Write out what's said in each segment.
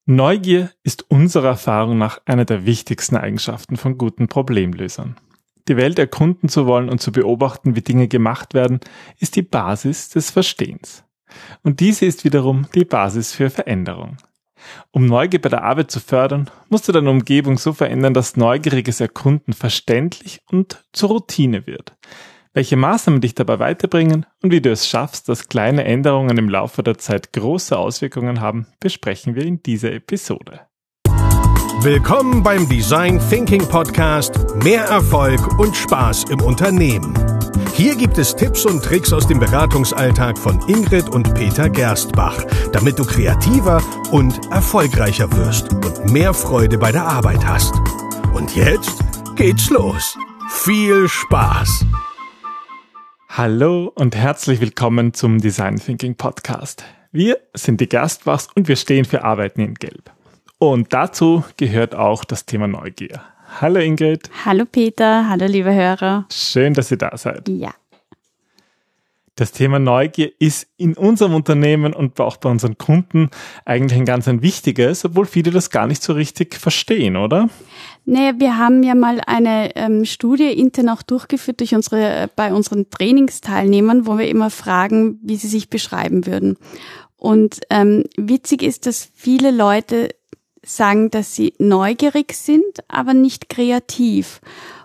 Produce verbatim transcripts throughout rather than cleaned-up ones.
Neugier ist unserer Erfahrung nach eine der wichtigsten Eigenschaften von guten Problemlösern. Die Welt erkunden zu wollen und zu beobachten, wie Dinge gemacht werden, ist die Basis des Verstehens. Und diese ist wiederum die Basis für Veränderung. Um Neugier bei der Arbeit zu fördern, musst du deine Umgebung so verändern, dass neugieriges Erkunden verständlich und zur Routine wird. Welche Maßnahmen dich dabei weiterbringen und wie du es schaffst, dass kleine Änderungen im Laufe der Zeit große Auswirkungen haben, besprechen wir in dieser Episode. Willkommen beim Design Thinking Podcast Mehr Erfolg und Spaß im Unternehmen. Hier gibt es Tipps und Tricks aus dem Beratungsalltag von Ingrid und Peter Gerstbach, damit du kreativer und erfolgreicher wirst und mehr Freude bei der Arbeit hast. Und jetzt geht's los. Viel Spaß! Hallo und herzlich willkommen zum Design Thinking Podcast. Wir sind die Gerstbachs und wir stehen für Arbeiten in Gelb. Und dazu gehört auch das Thema Neugier. Hallo Ingrid. Hallo Peter, hallo liebe Hörer. Schön, dass ihr da seid. Ja. Das Thema Neugier ist in unserem Unternehmen und auch bei unseren Kunden eigentlich ein ganz ein wichtiges, obwohl viele das gar nicht so richtig verstehen, oder? Nee, wir haben ja mal eine ähm, Studie intern auch durchgeführt durch unsere, bei unseren Trainingsteilnehmern, wo wir immer fragen, wie sie sich beschreiben würden. Und ähm, witzig ist, dass viele Leute sagen, dass sie neugierig sind, aber nicht kreativ.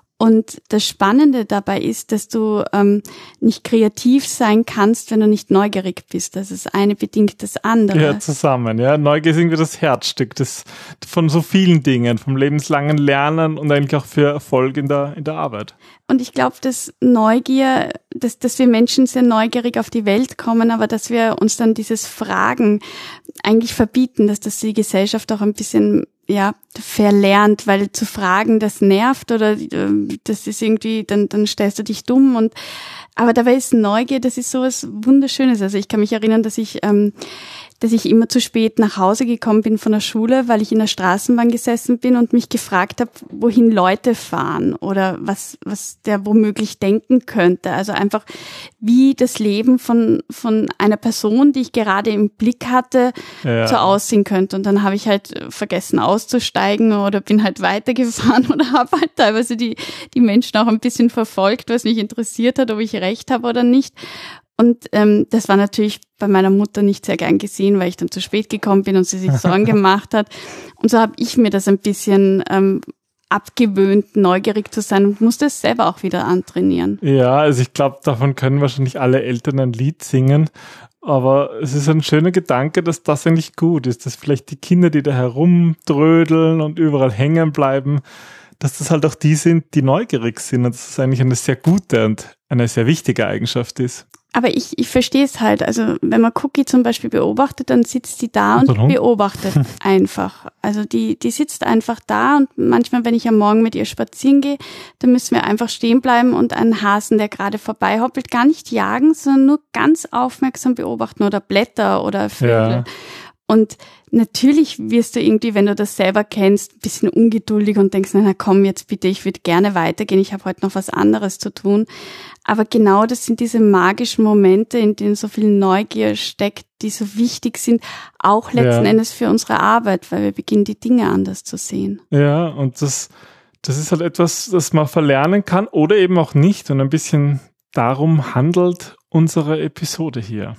Und das Spannende dabei ist, dass du ähm, nicht kreativ sein kannst, wenn du nicht neugierig bist. Das ist eine bedingt das andere. Ja, zusammen. Ja, Neugier ist irgendwie das Herzstück des, von so vielen Dingen, vom lebenslangen Lernen und eigentlich auch für Erfolg in der, in der Arbeit. Und ich glaube, dass Neugier, dass, dass wir Menschen sehr neugierig auf die Welt kommen, aber dass wir uns dann dieses Fragen eigentlich verbieten, dass das die Gesellschaft auch ein bisschen ja verlernt, weil zu fragen, das nervt oder das ist irgendwie, dann dann stellst du dich dumm und aber dabei ist Neugier, das ist sowas Wunderschönes. Also ich kann mich erinnern, dass ich ähm, dass ich immer zu spät nach Hause gekommen bin von der Schule, weil ich in der Straßenbahn gesessen bin und mich gefragt habe, wohin Leute fahren oder was was der womöglich denken könnte. Also einfach, wie das Leben von von einer Person, die ich gerade im Blick hatte, ja, so aussehen könnte. Und dann habe ich halt vergessen auszusteigen oder bin halt weitergefahren oder habe halt teilweise die die Menschen auch ein bisschen verfolgt, was mich interessiert hat, ob ich recht habe oder nicht. Und ähm, das war natürlich bei meiner Mutter nicht sehr gern gesehen, weil ich dann zu spät gekommen bin und sie sich Sorgen gemacht hat. Und so habe ich mir das ein bisschen ähm, abgewöhnt, neugierig zu sein und musste es selber auch wieder antrainieren. Ja, also ich glaube, davon können wahrscheinlich alle Eltern ein Lied singen. Aber es ist ein schöner Gedanke, dass das eigentlich gut ist, dass vielleicht die Kinder, die da herumtrödeln und überall hängen bleiben, dass das halt auch die sind, die neugierig sind und dass das eigentlich eine sehr gute und eine sehr wichtige Eigenschaft ist. Aber ich, ich verstehe es halt. Also wenn man Cookie zum Beispiel beobachtet, dann sitzt die da und, und beobachtet einfach. Also die, die sitzt einfach da und manchmal, wenn ich am Morgen mit ihr spazieren gehe, dann müssen wir einfach stehen bleiben und einen Hasen, der gerade vorbei hoppelt, gar nicht jagen, sondern nur ganz aufmerksam beobachten oder Blätter oder Vögel. Ja. Und natürlich wirst du irgendwie, wenn du das selber kennst, ein bisschen ungeduldig und denkst, na komm jetzt bitte, ich würde gerne weitergehen, ich habe heute noch was anderes zu tun. Aber genau das sind diese magischen Momente, in denen so viel Neugier steckt, die so wichtig sind, auch letzten ja. Endes für unsere Arbeit, weil wir beginnen, die Dinge anders zu sehen. Ja, und das, das ist halt etwas, das man verlernen kann oder eben auch nicht. Und ein bisschen darum handelt unsere Episode hier.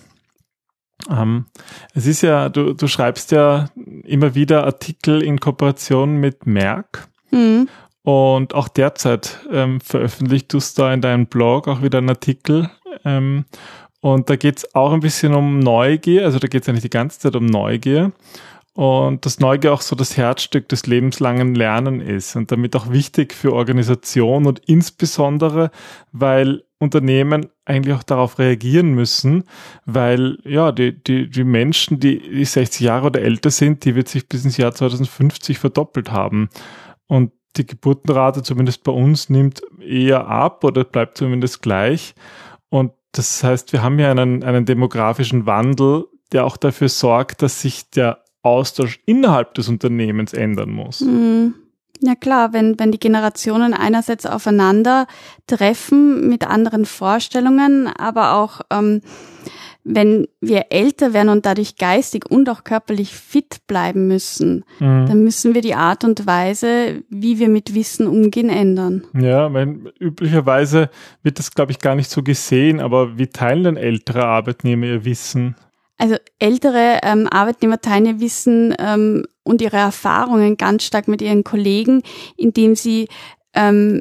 Ähm, es ist ja, du, du schreibst ja immer wieder Artikel in Kooperation mit Merck. Mhm. Und auch derzeit ähm, veröffentlicht du da in deinem Blog auch wieder einen Artikel. Ähm, und da geht's auch ein bisschen um Neugier. Also da geht's ja nicht die ganze Zeit um Neugier. Und dass Neugier auch so das Herzstück des lebenslangen Lernens ist. Und damit auch wichtig für Organisation und insbesondere, weil Unternehmen eigentlich auch darauf reagieren müssen, weil ja die die die Menschen, die, die sechzig Jahre oder älter sind, die wird sich bis ins Jahr zwanzig fünfzig verdoppelt haben. Und die Geburtenrate, zumindest bei uns, nimmt eher ab oder bleibt zumindest gleich. Und das heißt, wir haben ja einen, einen demografischen Wandel, der auch dafür sorgt, dass sich der Austausch innerhalb des Unternehmens ändern muss. Mhm. Ja klar, wenn, wenn die Generationen einerseits aufeinander treffen mit anderen Vorstellungen, aber auch ähm, wenn wir älter werden und dadurch geistig und auch körperlich fit bleiben müssen, mhm. dann müssen wir die Art und Weise, wie wir mit Wissen umgehen, ändern. Ja, weil üblicherweise wird das, glaube ich, gar nicht so gesehen, aber wie teilen denn ältere Arbeitnehmer ihr Wissen? Also ältere ähm, Arbeitnehmer teilen ihr Wissen ähm, und ihre Erfahrungen ganz stark mit ihren Kollegen, indem sie ähm,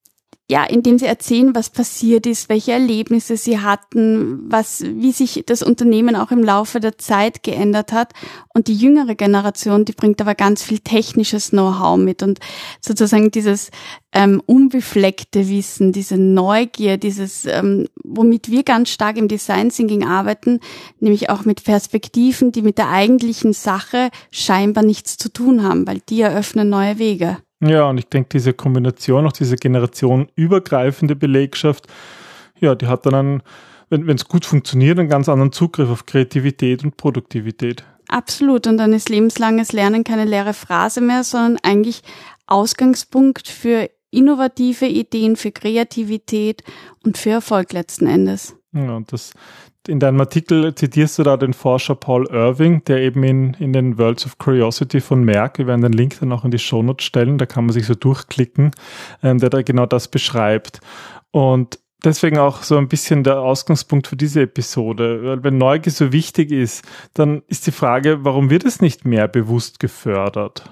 ja, indem sie erzählen, was passiert ist, welche Erlebnisse sie hatten, was, wie sich das Unternehmen auch im Laufe der Zeit geändert hat. Und die jüngere Generation, die bringt aber ganz viel technisches Know-how mit und sozusagen dieses ähm, unbefleckte Wissen, diese Neugier, dieses, ähm, womit wir ganz stark im Design Thinking arbeiten, nämlich auch mit Perspektiven, die mit der eigentlichen Sache scheinbar nichts zu tun haben, weil die eröffnen neue Wege. Ja, und ich denke, diese Kombination, auch diese generationenübergreifende Belegschaft, ja, die hat dann, einen, wenn es gut funktioniert, einen ganz anderen Zugriff auf Kreativität und Produktivität. Absolut. Und dann ist lebenslanges Lernen keine leere Phrase mehr, sondern eigentlich Ausgangspunkt für innovative Ideen, für Kreativität und für Erfolg letzten Endes. Ja, und das, in deinem Artikel zitierst du da den Forscher Paul Irving, der eben in, in den Worlds of Curiosity von Merck, wir werden den Link dann auch in die Shownotes stellen, da kann man sich so durchklicken, ähm, der da genau das beschreibt. Und deswegen auch so ein bisschen der Ausgangspunkt für diese Episode, weil wenn Neugier so wichtig ist, dann ist die Frage, warum wird es nicht mehr bewusst gefördert?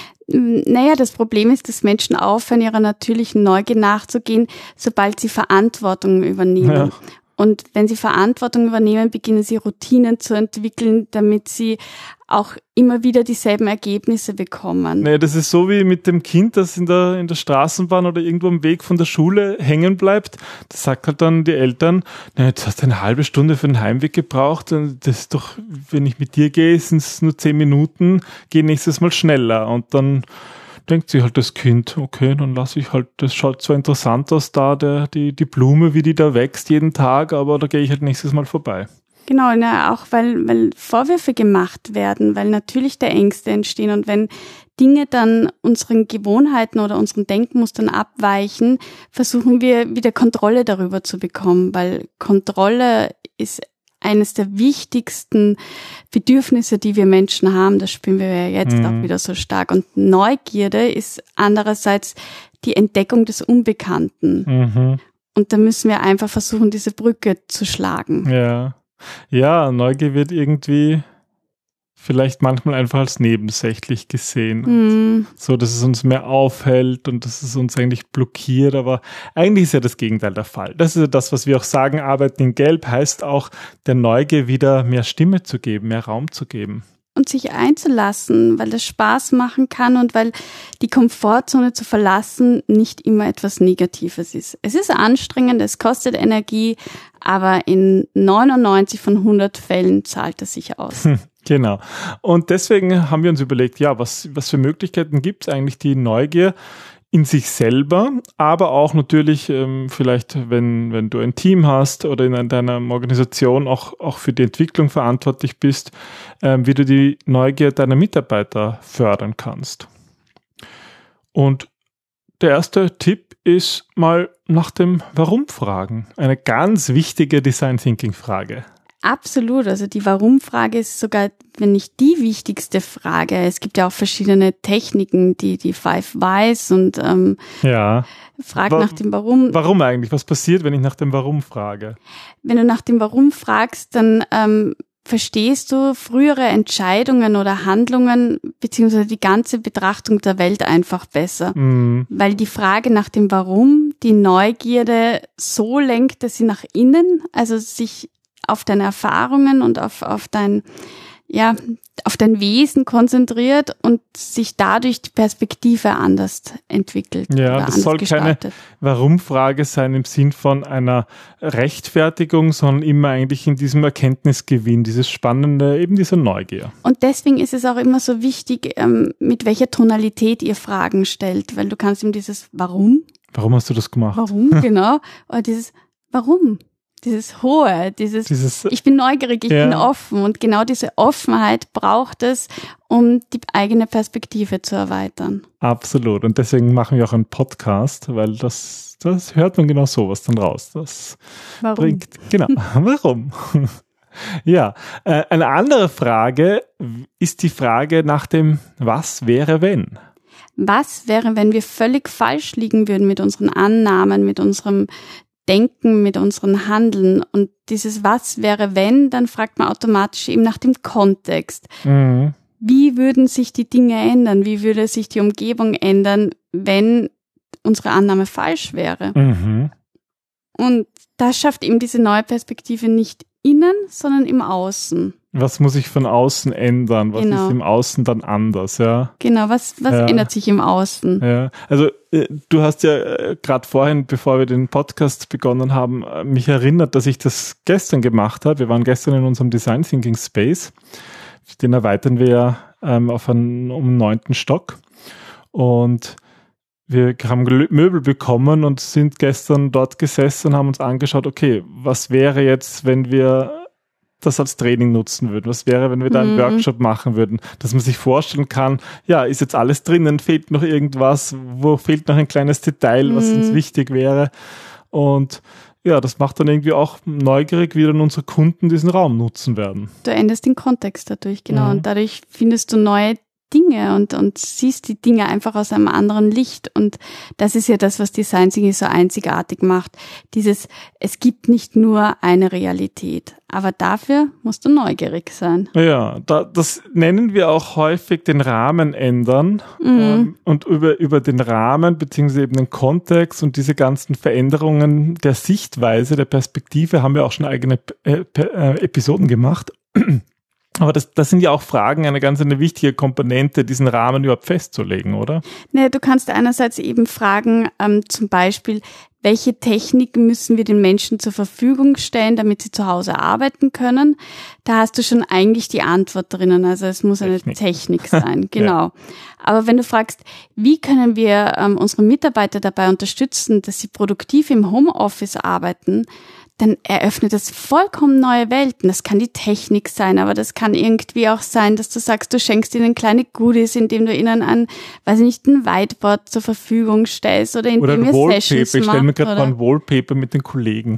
Naja, das Problem ist, dass Menschen aufhören, ihrer natürlichen Neugier nachzugehen, sobald sie Verantwortung übernehmen. Ja. Und wenn sie Verantwortung übernehmen, beginnen sie Routinen zu entwickeln, damit sie auch immer wieder dieselben Ergebnisse bekommen. Nee, das ist so wie mit dem Kind, das in der, in der Straßenbahn oder irgendwo am Weg von der Schule hängen bleibt. Das sagt halt dann die Eltern, nee, jetzt hast du eine halbe Stunde für den Heimweg gebraucht. Und das ist doch, wenn ich mit dir gehe, sind es nur zehn Minuten, geh nächstes Mal schneller. Und dann denkt sich halt das Kind, okay, dann lasse ich halt, das schaut zwar interessant aus da, der, die, die Blume, wie die da wächst jeden Tag, aber da gehe ich halt nächstes Mal vorbei. Genau, ja, auch weil, weil Vorwürfe gemacht werden, weil natürlich da Ängste entstehen und wenn Dinge dann unseren Gewohnheiten oder unseren Denkmustern abweichen, versuchen wir wieder Kontrolle darüber zu bekommen, weil Kontrolle ist eines der wichtigsten Bedürfnisse, die wir Menschen haben. Das spüren wir ja jetzt mhm. auch wieder so stark. Und Neugierde ist andererseits die Entdeckung des Unbekannten. Mhm. Und da müssen wir einfach versuchen, diese Brücke zu schlagen. Ja, ja, Neugier wird irgendwie vielleicht manchmal einfach als nebensächlich gesehen. Mm. So, dass es uns mehr aufhält und dass es uns eigentlich blockiert, aber eigentlich ist ja das Gegenteil der Fall. Das ist ja das, was wir auch sagen, Arbeiten in Gelb heißt auch, der Neugier wieder mehr Stimme zu geben, mehr Raum zu geben. Und sich einzulassen, weil das Spaß machen kann und weil die Komfortzone zu verlassen nicht immer etwas Negatives ist. Es ist anstrengend, es kostet Energie, aber in neunundneunzig von hundert Fällen zahlt es sich aus. Hm. Genau. Und deswegen haben wir uns überlegt, ja, was, was für Möglichkeiten gibt es eigentlich, die Neugier in sich selber, aber auch natürlich ähm, vielleicht, wenn, wenn du ein Team hast oder in deiner Organisation auch, auch für die Entwicklung verantwortlich bist, ähm, wie du die Neugier deiner Mitarbeiter fördern kannst. Und der erste Tipp ist mal nach dem Warum fragen. Eine ganz wichtige Design Thinking Frage. Absolut, also die Warum-Frage ist sogar, wenn nicht die wichtigste Frage. Es gibt ja auch verschiedene Techniken, die die Five Whys und ähm, ja. frag Wa- nach dem Warum. Warum eigentlich? Was passiert, wenn ich nach dem Warum frage? Wenn du nach dem Warum fragst, dann ähm, verstehst du frühere Entscheidungen oder Handlungen beziehungsweise die ganze Betrachtung der Welt einfach besser. Mhm. Weil die Frage nach dem Warum die Neugierde so lenkt, dass sie nach innen, also sich auf deine Erfahrungen und auf, auf dein, ja, auf dein Wesen konzentriert und sich dadurch die Perspektive anders entwickelt. Ja, das soll gestaltet. Keine Warum-Frage sein im Sinn von einer Rechtfertigung, sondern immer eigentlich in diesem Erkenntnisgewinn, dieses Spannende, eben diese Neugier. Und deswegen ist es auch immer so wichtig, mit welcher Tonalität ihr Fragen stellt, weil du kannst ihm dieses Warum. Warum hast du das gemacht? Warum, genau. Oder dieses Warum. Dieses Hohe, dieses, dieses ich bin neugierig, ich ja. bin offen und genau diese Offenheit braucht es, um die eigene Perspektive zu erweitern. Absolut und deswegen machen wir auch einen Podcast, weil das, das hört man genau sowas dann raus. Das Warum? Bringt, genau, warum? Ja, äh, eine andere Frage ist die Frage nach dem Was wäre wenn? Was wäre, wenn wir völlig falsch liegen würden mit unseren Annahmen, mit unserem Denken, mit unseren Handeln? Und dieses Was wäre wenn, dann fragt man automatisch eben nach dem Kontext. Mhm. Wie würden sich die Dinge ändern? Wie würde sich die Umgebung ändern, wenn unsere Annahme falsch wäre? Mhm. Und das schafft eben diese neue Perspektive nicht innen, sondern im Außen. Was muss ich von außen ändern? Was Genau. ist im Außen dann anders? Ja. Genau, was, was Ja. ändert sich im Außen? Ja, also äh, du hast ja äh, gerade vorhin, bevor wir den Podcast begonnen haben, äh, mich erinnert, dass ich das gestern gemacht habe. Wir waren gestern in unserem Design Thinking Space. Den erweitern wir ja ähm, auf einen um den neunten Stock. Und wir haben Möbel bekommen und sind gestern dort gesessen und haben uns angeschaut, okay, was wäre jetzt, wenn wir das als Training nutzen würden? Was wäre, wenn wir da einen Mhm. Workshop machen würden? Dass man sich vorstellen kann, ja, ist jetzt alles drinnen, fehlt noch irgendwas, wo fehlt noch ein kleines Detail, was Mhm. uns wichtig wäre? Und ja, das macht dann irgendwie auch neugierig, wie dann unsere Kunden diesen Raum nutzen werden. Du änderst den Kontext dadurch, genau. Mhm. Und dadurch findest du neue Dinge und, und siehst die Dinge einfach aus einem anderen Licht. Und das ist ja das, was Design Thinking so einzigartig macht. Dieses, es gibt nicht nur eine Realität, aber dafür musst du neugierig sein. Ja, da, das nennen wir auch häufig den Rahmen ändern. Mhm. Ähm, und über, über den Rahmen beziehungsweise eben den Kontext und diese ganzen Veränderungen der Sichtweise, der Perspektive haben wir auch schon eigene äh, äh, Episoden gemacht. Aber das, das sind ja auch Fragen, eine ganz eine wichtige Komponente, diesen Rahmen überhaupt festzulegen, oder? Ne, du kannst einerseits eben fragen, ähm, zum Beispiel, welche Techniken müssen wir den Menschen zur Verfügung stellen, damit sie zu Hause arbeiten können? Da hast du schon eigentlich die Antwort drinnen. Also es muss eine Technik. Technik sein, genau. Ja. Aber wenn du fragst, wie können wir ähm, unsere Mitarbeiter dabei unterstützen, dass sie produktiv im Homeoffice arbeiten, dann eröffnet das vollkommen neue Welten. Das kann die Technik sein, aber das kann irgendwie auch sein, dass du sagst, du schenkst ihnen kleine Goodies, indem du ihnen ein, weiß ich nicht, ein Whiteboard zur Verfügung stellst oder indem oder ein ihr Wallpaper. Sessions Ich stelle mir macht. gerade mal ein Wallpaper mit den Kollegen.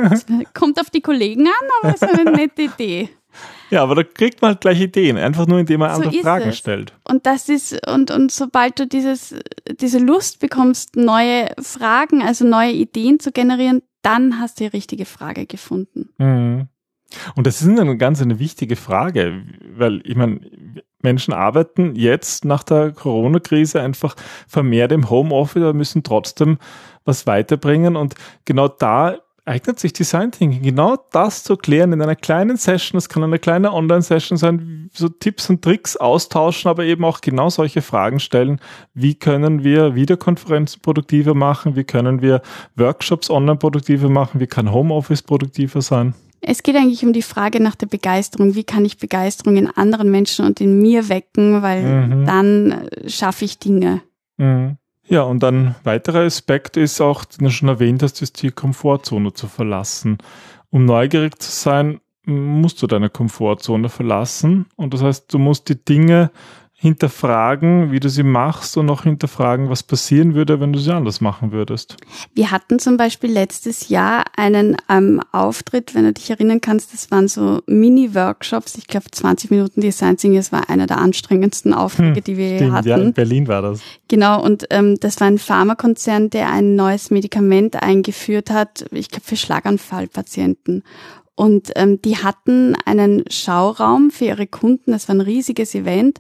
Kommt auf die Kollegen an, aber ist eine nette Idee. Ja, aber da kriegt man halt gleich Ideen, einfach nur indem man So andere ist Fragen es. stellt. Und das ist, und, und sobald du dieses, diese Lust bekommst, neue Fragen, also neue Ideen zu generieren, dann hast du die richtige Frage gefunden. Mhm. Und das ist eine ganz eine wichtige Frage, weil ich meine, Menschen arbeiten jetzt nach der Corona-Krise einfach vermehrt im Homeoffice, aber müssen trotzdem was weiterbringen und genau da eignet sich Design Thinking, genau das zu klären in einer kleinen Session. Das kann eine kleine Online-Session sein, so Tipps und Tricks austauschen, aber eben auch genau solche Fragen stellen. Wie können wir Videokonferenzen produktiver machen? Wie können wir Workshops online produktiver machen? Wie kann Homeoffice produktiver sein? Es geht eigentlich um die Frage nach der Begeisterung. Wie kann ich Begeisterung in anderen Menschen und in mir wecken? Weil Mhm. dann schaffe ich Dinge. Mhm. Ja, und ein weiterer Aspekt ist auch, den du schon erwähnt hast, ist die Komfortzone zu verlassen. Um neugierig zu sein, musst du deine Komfortzone verlassen. Und das heißt, du musst die Dinge hinterfragen, wie du sie machst und auch hinterfragen, was passieren würde, wenn du sie anders machen würdest. Wir hatten zum Beispiel letztes Jahr einen ähm, Auftritt, wenn du dich erinnern kannst, das waren so Mini-Workshops, ich glaube zwanzig Minuten Design Thinking, das war einer der anstrengendsten Aufträge, Hm, die wir stimmt, hatten. ja, in Berlin war das. Genau, und ähm, das war ein Pharmakonzern, der ein neues Medikament eingeführt hat, ich glaube für Schlaganfallpatienten. Und ähm, die hatten einen Schauraum für ihre Kunden, das war ein riesiges Event.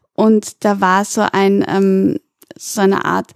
Und da war so ein ähm, so eine Art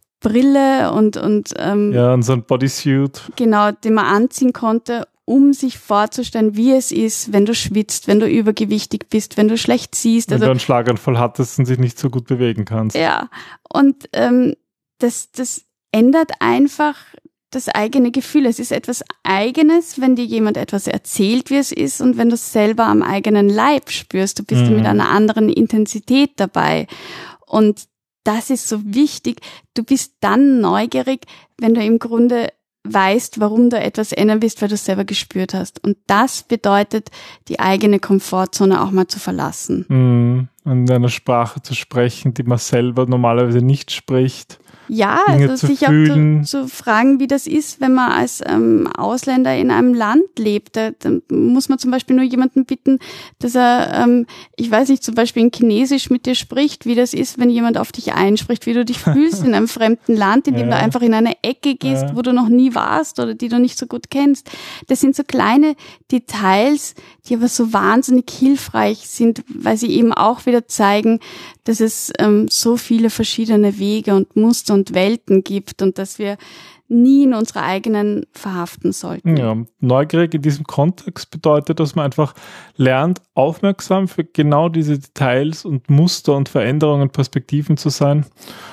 Brille und und ähm, Ja, und so ein Bodysuit. genau, den man anziehen konnte, um sich vorzustellen, wie es ist, wenn du schwitzt, wenn du übergewichtig bist, wenn du schlecht siehst. Wenn Also du einen Schlaganfall hattest und dich nicht so gut bewegen kannst. ja, und ähm, das das ändert einfach das eigene Gefühl. Es ist etwas Eigenes, wenn dir jemand etwas erzählt, wie es ist, und wenn du es selber am eigenen Leib spürst, du bist Mhm. mit einer anderen Intensität dabei. Und das ist so wichtig. Du bist dann neugierig, wenn du im Grunde weißt, warum du etwas ändern willst, weil du es selber gespürt hast. Und das bedeutet, die eigene Komfortzone auch mal zu verlassen. Mhm. In einer Sprache zu sprechen, die man selber normalerweise nicht spricht. Ja, Dinge also zu sich fühlen. auch zu, zu fragen, wie das ist, wenn man als ähm, Ausländer in einem Land lebt. Da, da muss man zum Beispiel nur jemanden bitten, dass er, ähm, ich weiß nicht, zum Beispiel in Chinesisch mit dir spricht, wie das ist, wenn jemand auf dich einspricht, wie du dich fühlst in einem fremden Land, in dem ja. du einfach in eine Ecke gehst, ja. wo du noch nie warst oder die du nicht so gut kennst. Das sind so kleine Details, die aber so wahnsinnig hilfreich sind, weil sie eben auch wieder zeigen, dass es ähm, so viele verschiedene Wege und Muster und Welten gibt und dass wir nie in unsere eigenen verhaften sollten. Ja, neugierig in diesem Kontext bedeutet, dass man einfach lernt, aufmerksam für genau diese Details und Muster und Veränderungen, Perspektiven zu sein.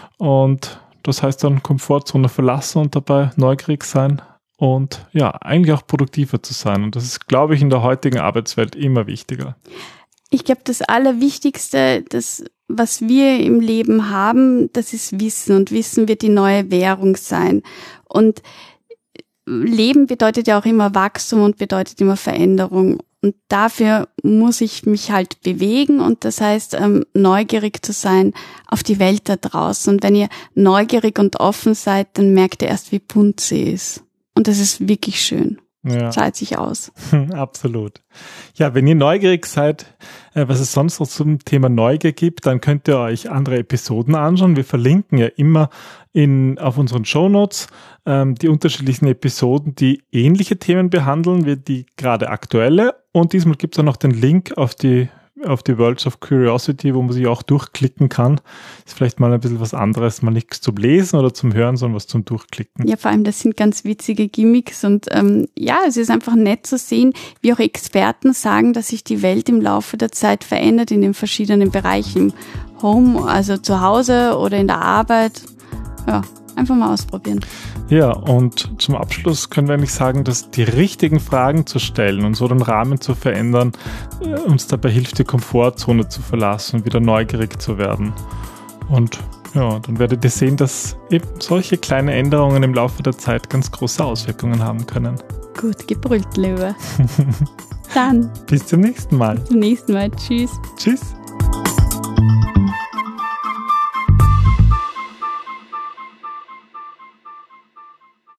Und das heißt dann Komfortzone verlassen und dabei neugierig sein und ja, eigentlich auch produktiver zu sein. Und das ist, glaube ich, in der heutigen Arbeitswelt immer wichtiger. Ich glaube, das Allerwichtigste, das, was wir im Leben haben, das ist Wissen. Und Wissen wird die neue Währung sein. Und Leben bedeutet ja auch immer Wachstum und bedeutet immer Veränderung. Und dafür muss ich mich halt bewegen. Und das heißt, ähm, neugierig zu sein auf die Welt da draußen. Und wenn ihr neugierig und offen seid, dann merkt ihr erst, wie bunt sie ist. Und das ist wirklich schön. Ja. Zahlt sich aus. Absolut. Ja, wenn ihr neugierig seid, äh, was es sonst noch zum Thema Neugier gibt, dann könnt ihr euch andere Episoden anschauen. Wir verlinken ja immer in, auf unseren Shownotes ähm, die unterschiedlichen Episoden, die ähnliche Themen behandeln, wie die gerade aktuelle. Und diesmal gibt es auch noch den Link auf die auf die Worlds of Curiosity, wo man sich auch durchklicken kann. Ist vielleicht mal ein bisschen was anderes, mal nichts zum Lesen oder zum Hören, sondern was zum Durchklicken. Ja, vor allem, das sind ganz witzige Gimmicks und ähm, ja, es ist einfach nett zu sehen, wie auch Experten sagen, dass sich die Welt im Laufe der Zeit verändert in den verschiedenen Bereichen. Home, also zu Hause oder in der Arbeit. Ja, einfach mal ausprobieren. Ja, und zum Abschluss können wir eigentlich sagen, dass die richtigen Fragen zu stellen und so den Rahmen zu verändern, äh, uns dabei hilft, die Komfortzone zu verlassen und wieder neugierig zu werden. Und ja, dann werdet ihr sehen, dass eben solche kleine Änderungen im Laufe der Zeit ganz große Auswirkungen haben können. Gut gebrüllt, Löwe. Dann. Bis zum nächsten Mal. Bis zum nächsten Mal. Tschüss. Tschüss.